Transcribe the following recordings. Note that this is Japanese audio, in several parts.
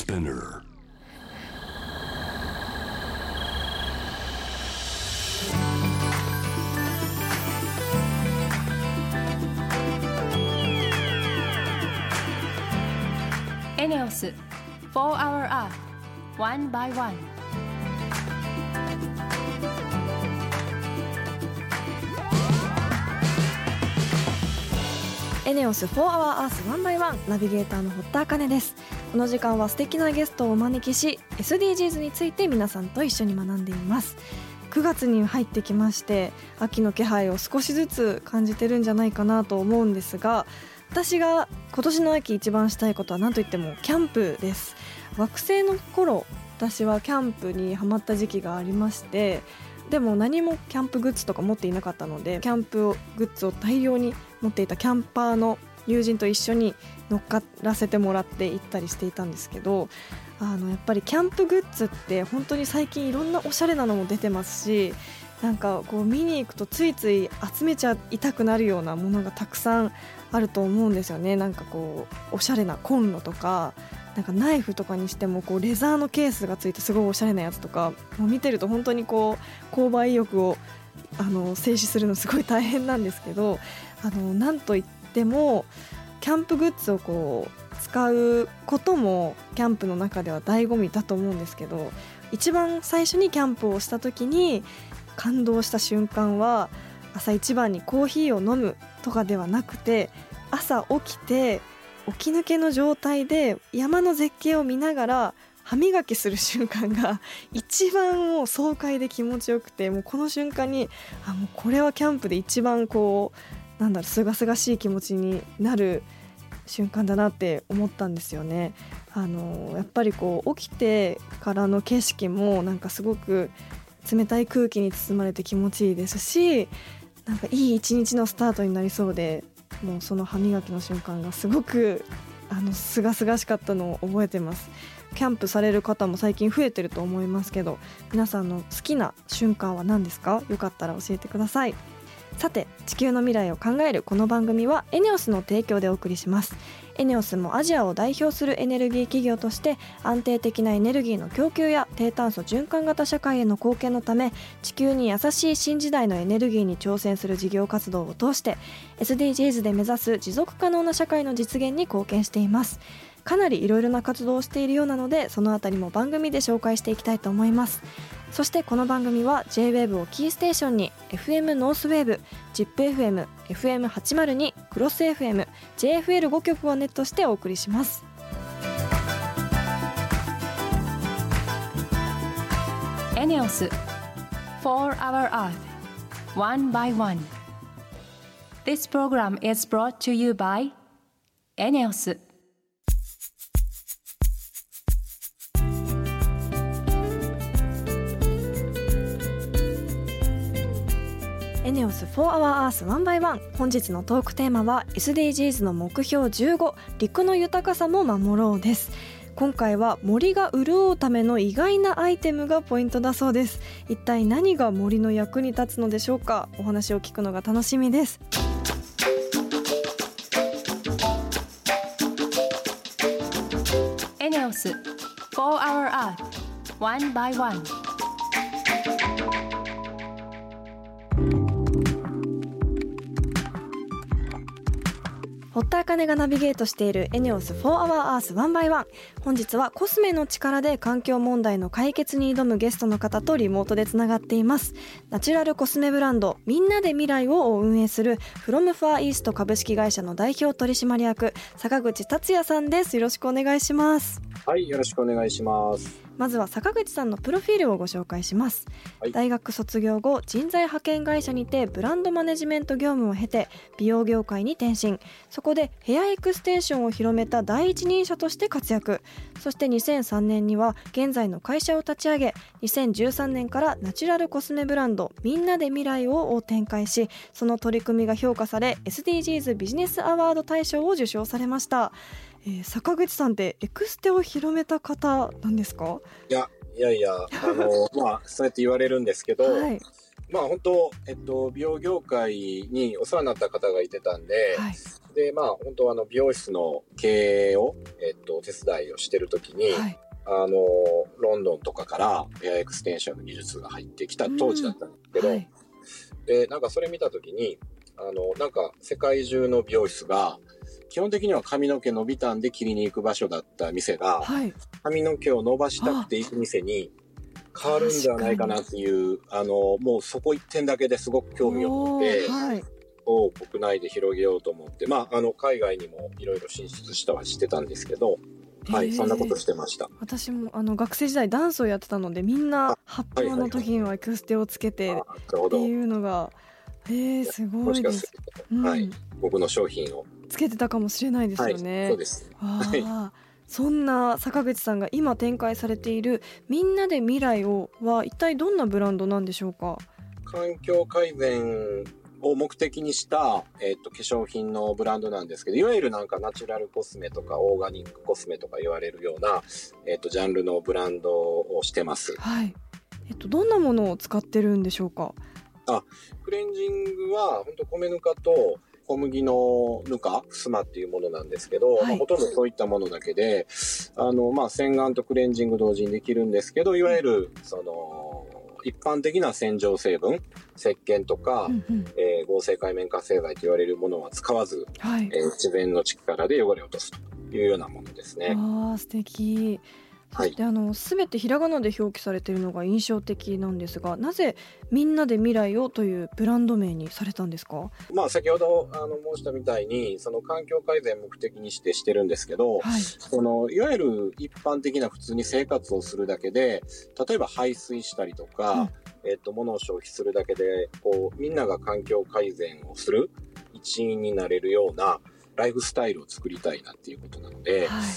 Spinner. ENEOS 4-Hour Earth One by One。 エネオス 4-Hour Earth One by One ナビゲーターの堀田茜です。この時間は素敵なゲストをお招きし SDGs について皆さんと一緒に学んでいます。9月に入ってきまして秋の気配を少しずつ感じてるんじゃないかなと思うんですが、私が今年の秋一番したいことは何といってもキャンプです。学生の頃私はキャンプにハマった時期がありまして、でも何もキャンプグッズとか持っていなかったのでキャンプグッズを大量に持っていたキャンパーの友人と一緒に乗っからせてもらって行ったりしていたんですけど、やっぱりキャンプグッズって本当に最近いろんなおしゃれなのも出てますし、なんかこう見に行くとついつい集めちゃいたくなるようなものがたくさんあると思うんですよね。なんかこうおしゃれなコンロとか、なんかナイフとかにしてもこうレザーのケースがついてすごいおしゃれなやつとか、もう見てると本当にこう購買意欲を静止するのすごい大変なんですけど、なんといってもキャンプグッズをこう使うこともキャンプの中では醍醐味だと思うんですけど、一番最初にキャンプをした時に感動した瞬間は朝一番にコーヒーを飲むとかではなくて、朝起きて起き抜けの状態で山の絶景を見ながら歯磨きする瞬間が一番もう爽快で気持ちよくて、もうこの瞬間にもうこれはキャンプで一番こうすがすがしい気持ちになる瞬間だなって思ったんですよね。やっぱりこう起きてからの景色もなんかすごく冷たい空気に包まれて気持ちいいですし、なんかいい一日のスタートになりそうで、もうその歯磨きの瞬間がすごくすがすがしかったのを覚えてます。キャンプされる方も最近増えてると思いますけど、皆さんの好きな瞬間は何ですか？よかったら教えてください。さて、地球の未来を考えるこの番組はエネオスの提供でお送りします。エネオスもアジアを代表するエネルギー企業として安定的なエネルギーの供給や低炭素循環型社会への貢献のため、地球に優しい新時代のエネルギーに挑戦する事業活動を通して SDGs で目指す持続可能な社会の実現に貢献しています。かなりいろいろな活動をしているようなので、そのあたりも番組で紹介していきたいと思います。そしてこの番組は J-WAVE をキーステーションに FM ノースウェーブ、ZIPFM、FM802、クロス FM、JFL5 曲をネットしてお送りします。 ENEOS 4-Hour Earth One by One。 This program is brought to you by ENEOS。 エネオス 4-Hour Earth One by One。 本日のトークテーマは SDGs の目標15、陸の豊かさも守ろうです。今回は森が潤うための意外なアイテムがポイントだそうです。一体何が森の役に立つのでしょうか？お話を聞くのが楽しみです。 エネオス 4-Hour Earth One by One。 堀田茜がナビゲートしているエネオス 4-Hour Earth One by One。 本日はコスメの力で環境問題の解決に挑むゲストの方とリモートでつながっています。ナチュラルコスメブランドみんなで未来を運営する From Far East 株式会社の代表取締役坂口達也さんです。よろしくお願いします。 はい、よろしくお願いします。 まずは坂口さんのプロフィールをご紹介します。 はい、 大学卒業後人材派遣会社にてブランドマネジメント業務を経て美容業界に転身。そこでヘアエクステンションを広めた第一人者として活躍。そして2003年には現在の会社を立ち上げ、2013年からナチュラルコスメブランドみんなで未来を展開し、その取り組みが評価され SDGs ビジネスアワード大賞を受賞されました。坂口さんってエクステを広めた方なんですか？ いや、そうやって言われるんですけど、 はい、 本当、美容業界にお世話になった方がいてたんで、 はい、 で、本当美容室の経営を、お手伝いをしてるときに、 はい、 ロンドンとかからヘアエクステンションの技術が入ってきた当時だったんですけど、 はい、 で、それ見たときに、世界中の美容室が、基本的には髪の毛伸びたんで切りに行く場所だった店が、 はい、 髪の毛を伸ばしたくて行く店に変わるんじゃないかなっていう、もうそこ一点だけですごく興味を持って、 はい、 国内で広げようと思って、海外にもいろいろ進出したはしてたんですけど、はい、そんなことしてました。 私も学生時代ダンスをやってたので、みんな発表の時にはエクステをつけてっていうのが、すごいです。 はい、僕の商品をつけてたかもしれないですよね。 はい、そうです。 はい、そんな坂口さんが今展開されているみんなで未来をは一体どんなブランドなんでしょうか？ 環境改善を目的にした、化粧品のブランドなんですけど、いわゆるナチュラルコスメとかオーガニックコスメとか言われるような、ジャンルのブランドをしてます。 はい。どんなものを使ってるんでしょうか？ クレンジングは本当米ぬかと小麦のぬか、ふすまっていうものなんですけど、 はい、 ほとんどそういったものだけで、洗顔とクレンジング同時にできるんですけど、いわゆる、一般的な洗浄成分、石鹸とか、合成界面活性剤と言われるものは使わず、 はい、 自然の力で汚れを落とすというようなものですね。 素敵。そして全てひらがなで表記されているのが印象的なんですが、なぜみんなで未来をというブランド名にされたんですか？ 先ほど申したみたいにその環境改善目的にしてるんですけど、 はい、 いわゆる一般的な普通に生活をするだけで、例えば排水したりとか、物を消費するだけでみんなが環境改善をする一員になれるようなライフスタイルを作りたいなっていうことなので、 はい、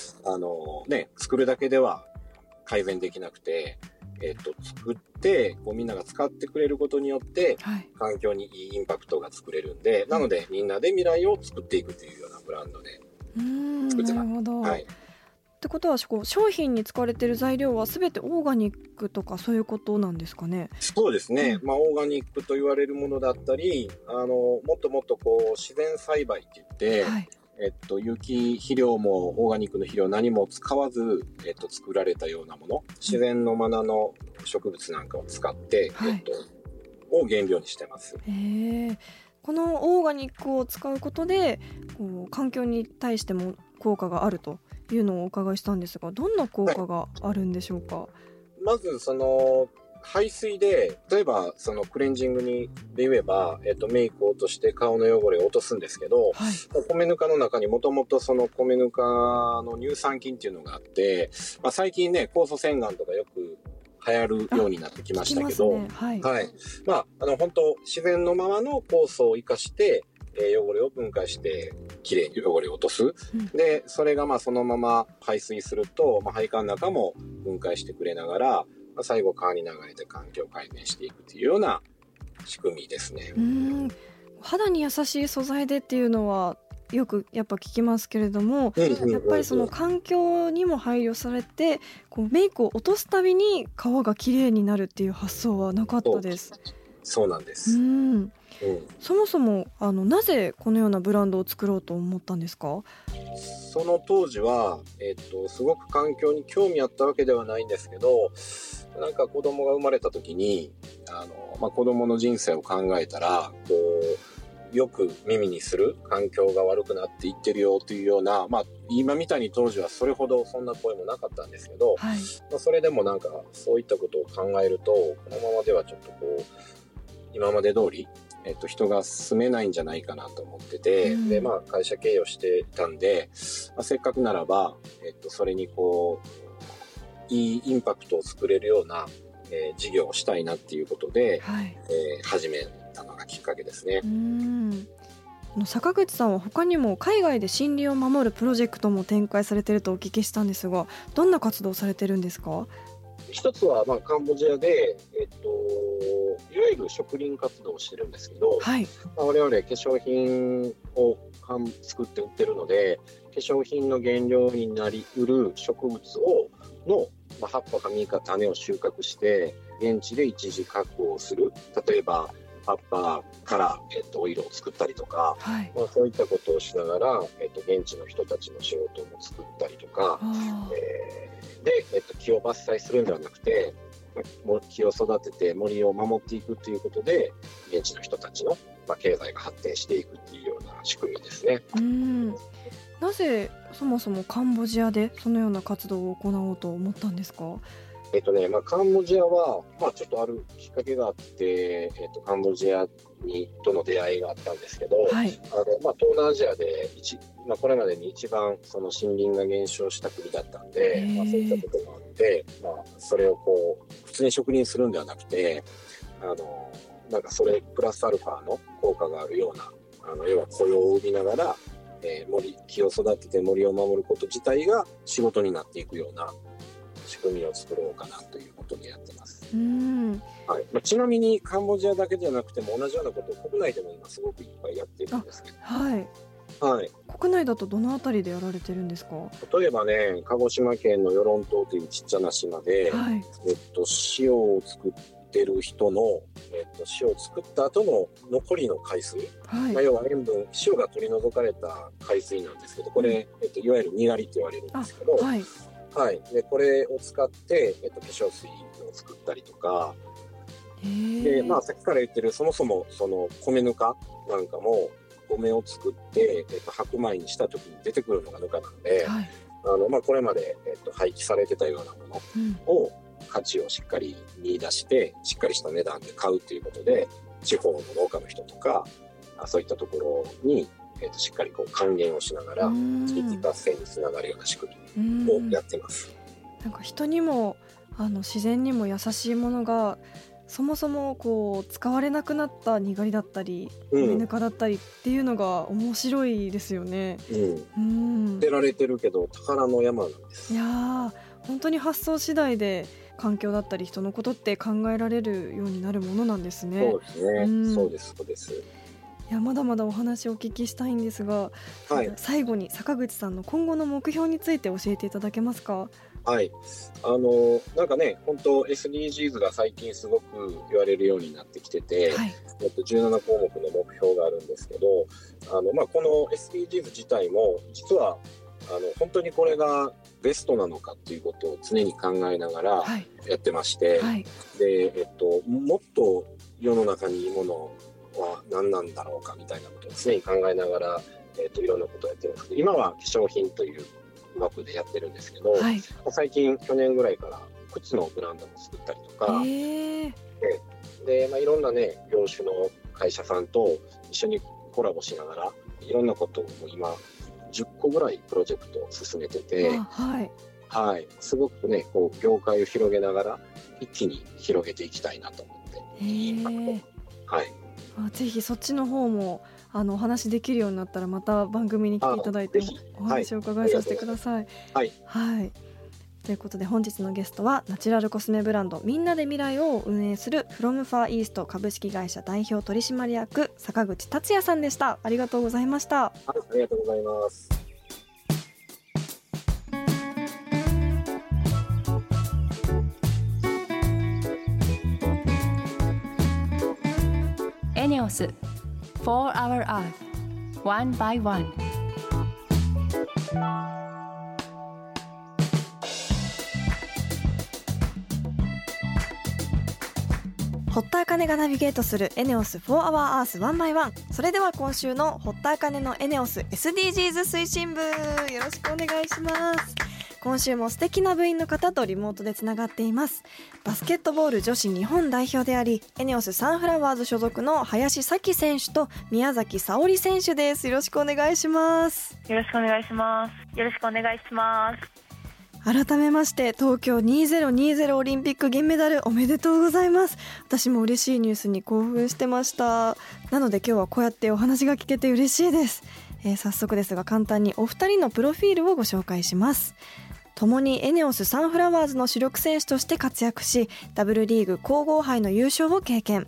作るだけでは改善できなくて、作ってみんなが使ってくれることによって、 はい、 環境にいいインパクトが作れるんで、なのでみんなで未来を作っていくというようなブランドで作ってます。 なるほど。 はい、 ってことは商品に使われている材料は全てオーガニックとかそういうことなんですかね？ そうですね、オーガニックと言われるものだったり、もっともっと自然栽培って言って、 はい、 有機肥料もオーガニックの肥料何も使わず、作られたようなもの、自然のマナの植物なんかを使って、 はい、 を原料にしてます。 このオーガニックを使うことで環境に対しても効果があるというのをお伺いしたんですが、どんな効果があるんでしょうか？はい、 まず排水で、例えばクレンジングで言えば、メイクを落として顔の汚れを落とすんですけど、 はい、 米ぬかの中にもともと米ぬかの乳酸菌っていうのがあって、最近ね、酵素洗顔とかよく流行るようになってきましたけど、 ね、はい、 はい、本当自然のままの酵素を生かして汚れを分解してきれいに汚れを落とす、でそれがそのまま排水すると、配管の中も分解してくれながら、最後川に流れて環境改善していくというような仕組みですね。 肌に優しい素材でっていうのはよくやっぱ聞きますけれども、やっぱりその環境にも配慮されてメイクを落とすたびに皮がきれいになるっていう発想はなかったです。 そうなんです。 そもそもなぜこのようなブランドを作ろうと思ったんですか？ その当時は、すごく環境に興味あったわけではないんですけど、子供が生まれた時に子供の人生を考えたらよく耳にする環境が悪くなっていってるよというような、今みたいに当時はそれほどそんな声もなかったんですけど、 はい、 それでもそういったことを考えると、このままではちょっと今まで通り人が住めないんじゃないかなと思ってて、で会社経営をしてたんで、せっかくならば、それにいいインパクトを作れるような、事業をしたいなっていうことで、 はい、 始めたのがきっかけですね。 坂口さんは他にも海外で森林を守るプロジェクトも展開されているとお聞きしたんですが、どんな活動をされてるんですか？ 一つはカンボジアで、いわゆる植林活動をしてるんですけど、 はい、 我々化粧品を作って売ってるので、化粧品の原料になりうる植物の葉っぱか実か種を収穫して、 現地で一時確保をする、例えば葉っぱから、オイルを作ったりとか、 はい、 そういったことをしながら、現地の人たちの仕事も作ったりとか、で、木を伐採するんではなくて、木を育てて森を守っていくということで、現地の人たちの、経済が発展していくっていうような仕組みですね。 なぜそもそもカンボジアでそのような活動を行おうと思ったんですか？ カンボジアは、ちょっとあるきっかけがあって、カンボジアとの出会いがあったんですけど、 はい、 東南アジアでこれまでに一番その森林が減少した国だったんで、そういったことがあって、それをこう普通に植林するんではなくて、なんかそれプラスアルファの効果があるような、要は雇用を生みながら、木を育てて森を守ること自体が仕事になっていくような仕組みを作ろうかなということでやってます。はい、ちなみにカンボジアだけじゃなくても同じようなことを国内でも今すごくいっぱいやってるんですけど、はいはい、 国内だとどのあたりでやられてるんですか？ 例えばね、鹿児島県の与論島というちっちゃな島で、はい、塩を作ってる人の、塩を作った後の残りの海水、はい、要は塩が取り除かれた海水なんですけど、これ、いわゆるにがりって言われるんですけど、はいはい、でこれを使って、化粧水を作ったりとかで、さっきから言ってるそもそもその米ぬかなんかも米を作って、白米にした時に出てくるのがぬかなんで、はい、これまで、廃棄されてたようなものを、価値をしっかり見出してしっかりした値段で買うということで、地方の農家の人とかそういったところにしっかりこう還元をしながら地域活性につながるような仕組みをやってます。 なんか人にも自然にも優しいものがそもそもこう使われなくなったにがりだったり米ぬかだったりっていうのが面白いですよね。 捨てられてるけど宝の山なんです。 いや本当に発想次第で環境だったり人のことって考えられるようになるものなんですね。 そうですね、そうですそうです。 いやまだまだお話をお聞きしたいんですが、はい、最後に坂口さんの今後の目標について教えていただけますか？ はい、なんかね、本当 SDGs が最近すごく言われるようになってきてて、はい、17項目の目標があるんですけど、この SDGs 自体も実は本当にこれがベストなのかっていうことを常に考えながらやってまして、はい、で、もっと世の中にいいものは何なんだろうかみたいなことを常に考えながら、いろんなことをやってるんですけど、今は化粧品という枠でやってるんですけど、はい、最近去年ぐらいから靴のブランドも作ったりとか、でいろんなね業種の会社さんと一緒にコラボしながらいろんなことを今10個ぐらいプロジェクトを進めてて、はいはい、すごくねこう業界を広げながら一気に広げていきたいなと思って、はい、 ぜひそっちの方もお話できるようになったらまた番組に来ていただいてお話を伺いさせてください。はい、はい、ということで本日のゲストはナチュラルコスメブランドみんなで未来を運営するフロムファーイースト株式会社代表取締役坂口達也さんでした。ありがとうございました。 ありがとうございます。 エネオス For Our Earth One by One。 堀田茜がナビゲートするエネオス For Our Earth One by One。 それでは今週の堀田茜のエネオス SDGs 推進部、よろしくお願いします。今週も素敵な部員の方とリモートでつながっています。バスケットボール女子日本代表でありエネオスサンフラワーズ所属の林咲希選手と宮崎沙織選手です。よろしくお願いします。 よろしくお願いします。よろしくお願いします。 改めまして東京2020オリンピック銀メダルおめでとうございます。私も嬉しいニュースに興奮してました。なので今日はこうやってお話が聞けて嬉しいです。早速ですが簡単にお二人のプロフィールをご紹介します。共にエネオスサンフラワーズの主力選手として活躍しダブルリーグ皇后杯の優勝を経験。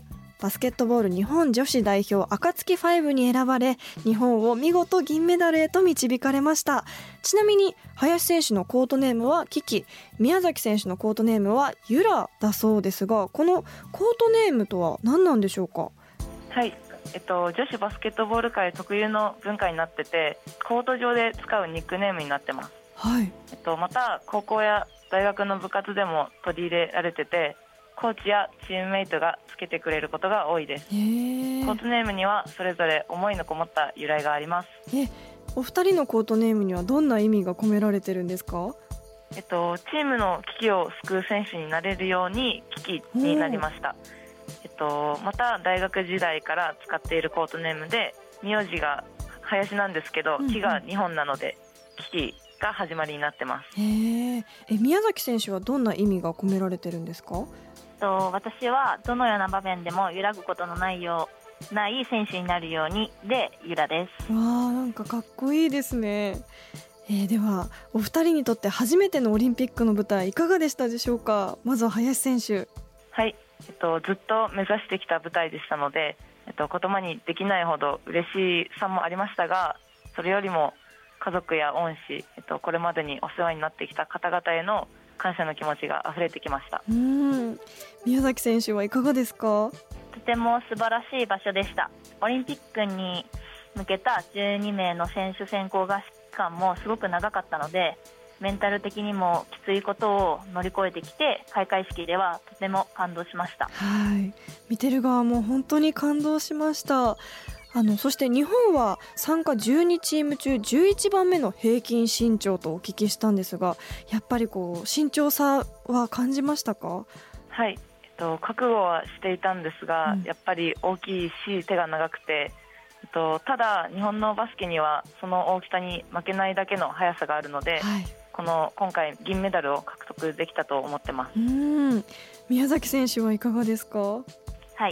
バスケットボール日本女子代表暁ファイブに選ばれ、日本を見事銀メダルへと導かれました。ちなみに林選手のコートネームはキキ、宮崎選手のコートネームはユラだそうですが、このコートネームとは何なんでしょうか？ はい、女子バスケットボール界特有の文化になってて、コート上で使うニックネームになってます。 はい。 また高校や大学の部活でも取り入れられてて、コーチやチームメイトがつけてくれることが多いです。コートネームにはそれぞれ思いのこもった由来があります。 お二人のコートネームにはどんな意味が込められてるんですか？ チームの危機を救う選手になれるように危機になりました。また大学時代から使っているコートネームで、名字が林なんですけど、木が日本なので危機が始まりになってます。 宮崎選手はどんな意味が込められてるんですか？ 私はどのような場面でも揺らぐことのない選手になるようにでユラです。 わー、なんかかっこいいですね。ではお二人にとって初めてのオリンピックの舞台いかがでしたでしょうか？まずは林選手。 はい、ずっと目指してきた舞台でしたので、言葉にできないほど嬉しさもありましたが、それよりも家族や恩師、これまでにお世話になってきた方々への感謝の気持ちが溢れてきました。 宮崎選手はいかがですか？ とても素晴らしい場所でした。オリンピックに向けた12名の選手選考合宿期間もすごく長かったので、メンタル的にもきついことを乗り越えてきて、開会式ではとても感動しました。 はい、見てる側も本当に感動しました。そして日本は参加12チーム中11番目の平均身長とお聞きしたんですが、やっぱり身長差は感じましたか？ はい、覚悟はしていたんですが、やっぱり大きいし手が長くて、ただ日本のバスケにはその大きさに負けないだけの速さがあるので、今回銀メダルを獲得できたと思ってます。 宮崎選手はいかがですか？ はい、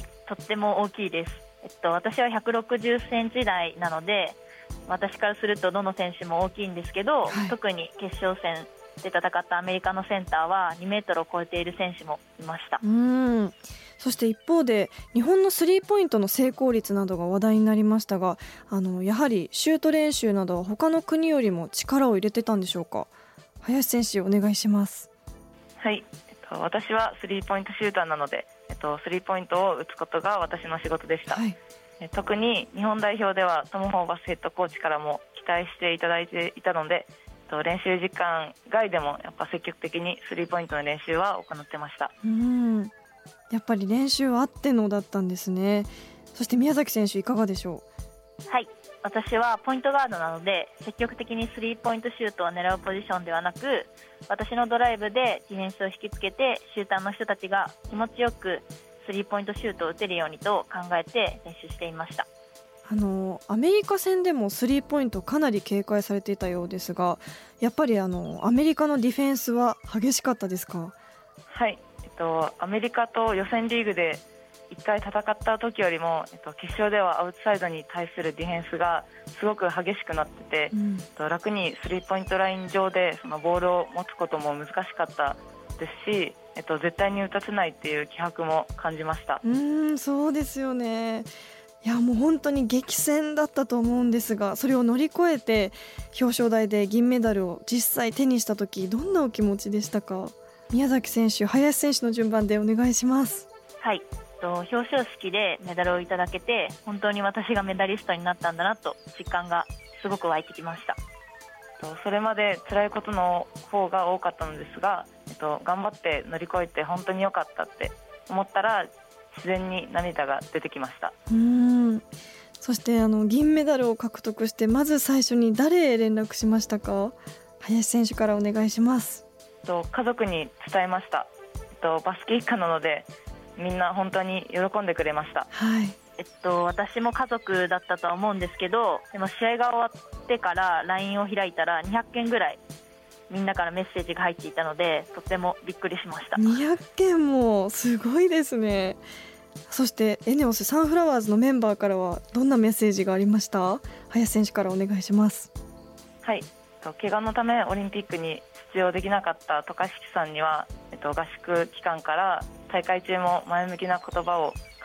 とっても大きいです。私は160センチ台なので、私からするとどの選手も大きいんですけど、特に決勝戦で戦ったアメリカのセンターは2メートルを超えている選手もいました。 そして一方で日本のスリーポイントの成功率などが話題になりましたが、やはりシュート練習などは他の国よりも力を入れてたんでしょうか？林選手お願いします。 はい、私はスリーポイントシューターなので、スリーポイントを打つことが私の仕事でした。特に日本代表ではトム・ホーバスヘッドコーチからも期待していただいていたので、練習時間外でもやっぱ積極的にスリーポイントの練習は行ってました。 やっぱり練習あってのだったんですね。そして宮崎選手いかがでしょう？はい、私はポイントガードなので、積極的にスリーポイントシュートを狙うポジションではなく、私のドライブでディフェンスを引きつけて、シューターの人たちが気持ちよくスリーポイントシュートを打てるようにと考えて練習していました。 アメリカ戦でもスリーポイントかなり警戒されていたようですが、やっぱりアメリカのディフェンスは激しかったですか？ はい、アメリカと予選リーグで1回戦った時よりも、決勝ではアウトサイドに対するディフェンスがすごく激しくなってて、楽にスリーポイントライン上でそのボールを持つことも難しかったですし、絶対に打たせないっていう気迫も感じました。 そうですよね。いや、もう本当に激戦だったと思うんですが、それを乗り越えて表彰台で銀メダルを実際手にした時、どんなお気持ちでしたか？宮崎選手、林選手の順番でお願いします。 はい、表彰式でメダルをいただけて、本当に私がメダリストになったんだなと実感がすごく湧いてきました。 それまで辛いことの方が多かったのですが、頑張って乗り越えて本当に良かったって思ったら、自然に涙が出てきました。 そして銀メダルを獲得して、まず最初に誰へ連絡しましたか？林選手からお願いします。 家族に伝えました。バスケ一家なのでみんな本当に喜んでくれました。 私も家族だったとは思うんですけど、でも試合が終わってから LINE を開いたら200件ぐらいみんなからメッセージが入っていたので、とてもびっくりしました。 200件もすごいですね。そしてエネオスサンフラワーズのメンバーからはどんなメッセージがありました？林選手からお願いします。 はい、怪我のためオリンピックに出場できなかった渡嘉敷さんには、合宿期間から大会中も前向きな言葉をか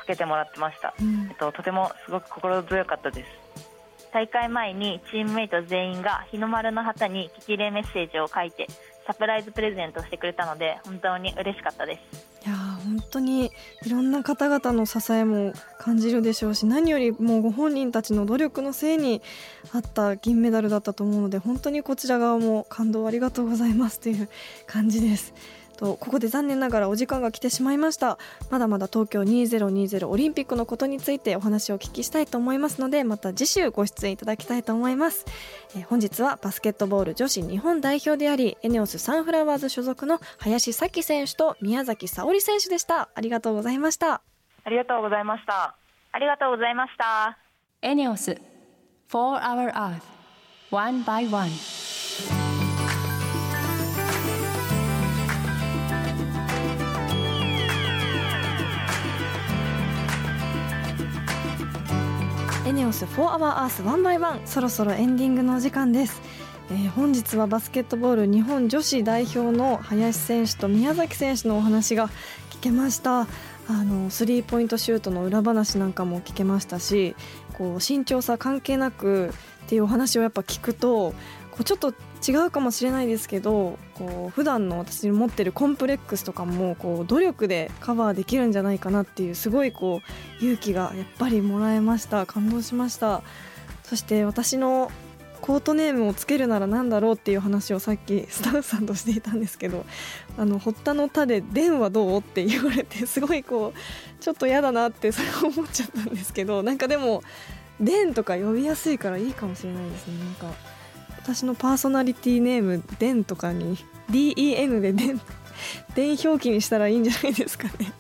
助けてもらってました。とてもすごく心強かったです。 大会前にチームメイト全員が日の丸の旗に激励メッセージを書いてサプライズプレゼントしてくれたので本当に嬉しかったです。 いや本当にいろんな方々の支えも感じるでしょうし、何よりもご本人たちの努力のせいにあった銀メダルだったと思うので、本当にこちら側も感動ありがとうございますという感じです。ここで残念ながらお時間が来てしまいました。まだまだ東京2020オリンピックのことについてお話をお聞きしたいと思いますので、また次週ご出演いただきたいと思います。本日はバスケットボール女子日本代表でありエネオスサンフラワーズ所属の林咲希選手と宮崎沙織選手でした。ありがとうございました。 ありがとうございました。 ありがとうございました。 エネオス For Our Earth One by One。 エネオス For Our Earth One by One、 そろそろエンディングのお時間です。本日はバスケットボール日本女子代表の林選手と宮崎選手のお話が聞けました。スリーポイントシュートの裏話なんかも聞けましたし、身長差関係なくっていうお話をやっぱ聞くとちょっと違うかもしれないですけど、普段の私に持ってるコンプレックスとかも努力でカバーできるんじゃないかなっていう、すごい勇気がやっぱりもらえました。感動しました。そして私のコートネームをつけるなら何だろうっていう話をさっきスタッフさんとしていたんですけど、堀田の田で電はどうって言われて、すごいちょっと嫌だなってそれを思っちゃったんですけど、なんかでも電とか呼びやすいからいいかもしれないですね。なんか私のパーソナリティネーム電とかに DEN で電表記にしたらいいんじゃないですかね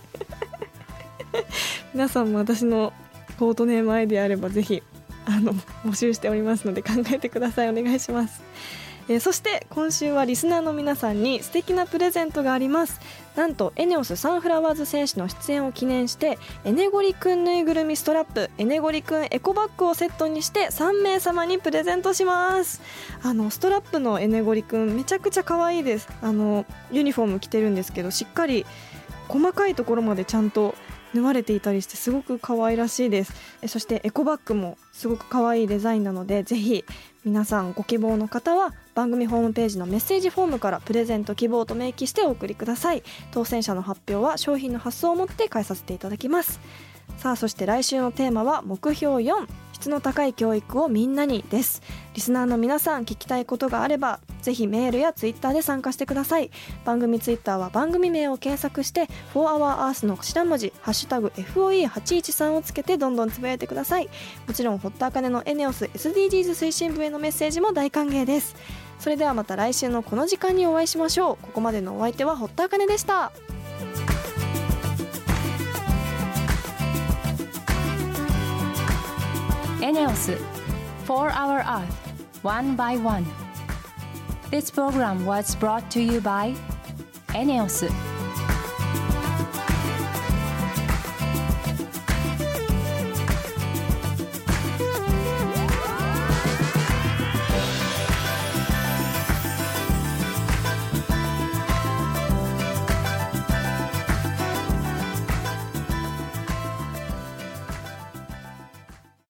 皆さんも私のコートネームアイデアあればぜひ募集しておりますので考えてください。お願いします。そして今週はリスナーの皆さんに素敵なプレゼントがあります。なんとエネオスサンフラワーズ選手の出演を記念してエネゴリくんぬいぐるみストラップ、エネゴリくんエコバッグをセットにして3名様にプレゼントします。ストラップのエネゴリくんめちゃくちゃ可愛いです。ユニフォーム着てるんですけど、しっかり細かいところまでちゃんと縫われていたりしてすごく可愛らしいです。そしてエコバッグもすごく可愛いデザインなので、ぜひ皆さんご希望の方は番組ホームページのメッセージフォームからプレゼント希望と明記してお送りください。当選者の発表は商品の発送をもって返させていただきます。さあそして来週のテーマは目標4、質の高い教育をみんなにです。リスナーの皆さん聞きたいことがあればぜひメールやツイッターで参加してください。番組ツイッターは番組名を検索して For Our Earth の頭文字ハッシュタグ FOE813 をつけてどんどんつぶやいてください。もちろん堀田茜のエネオス SDGs 推進部へのメッセージも大歓迎です。それではまた来週のこの時間にお会いしましょう。ここまでのお相手は堀田茜でした。 エネオス For Our Earth One by One。 This program was brought to you by エネオス。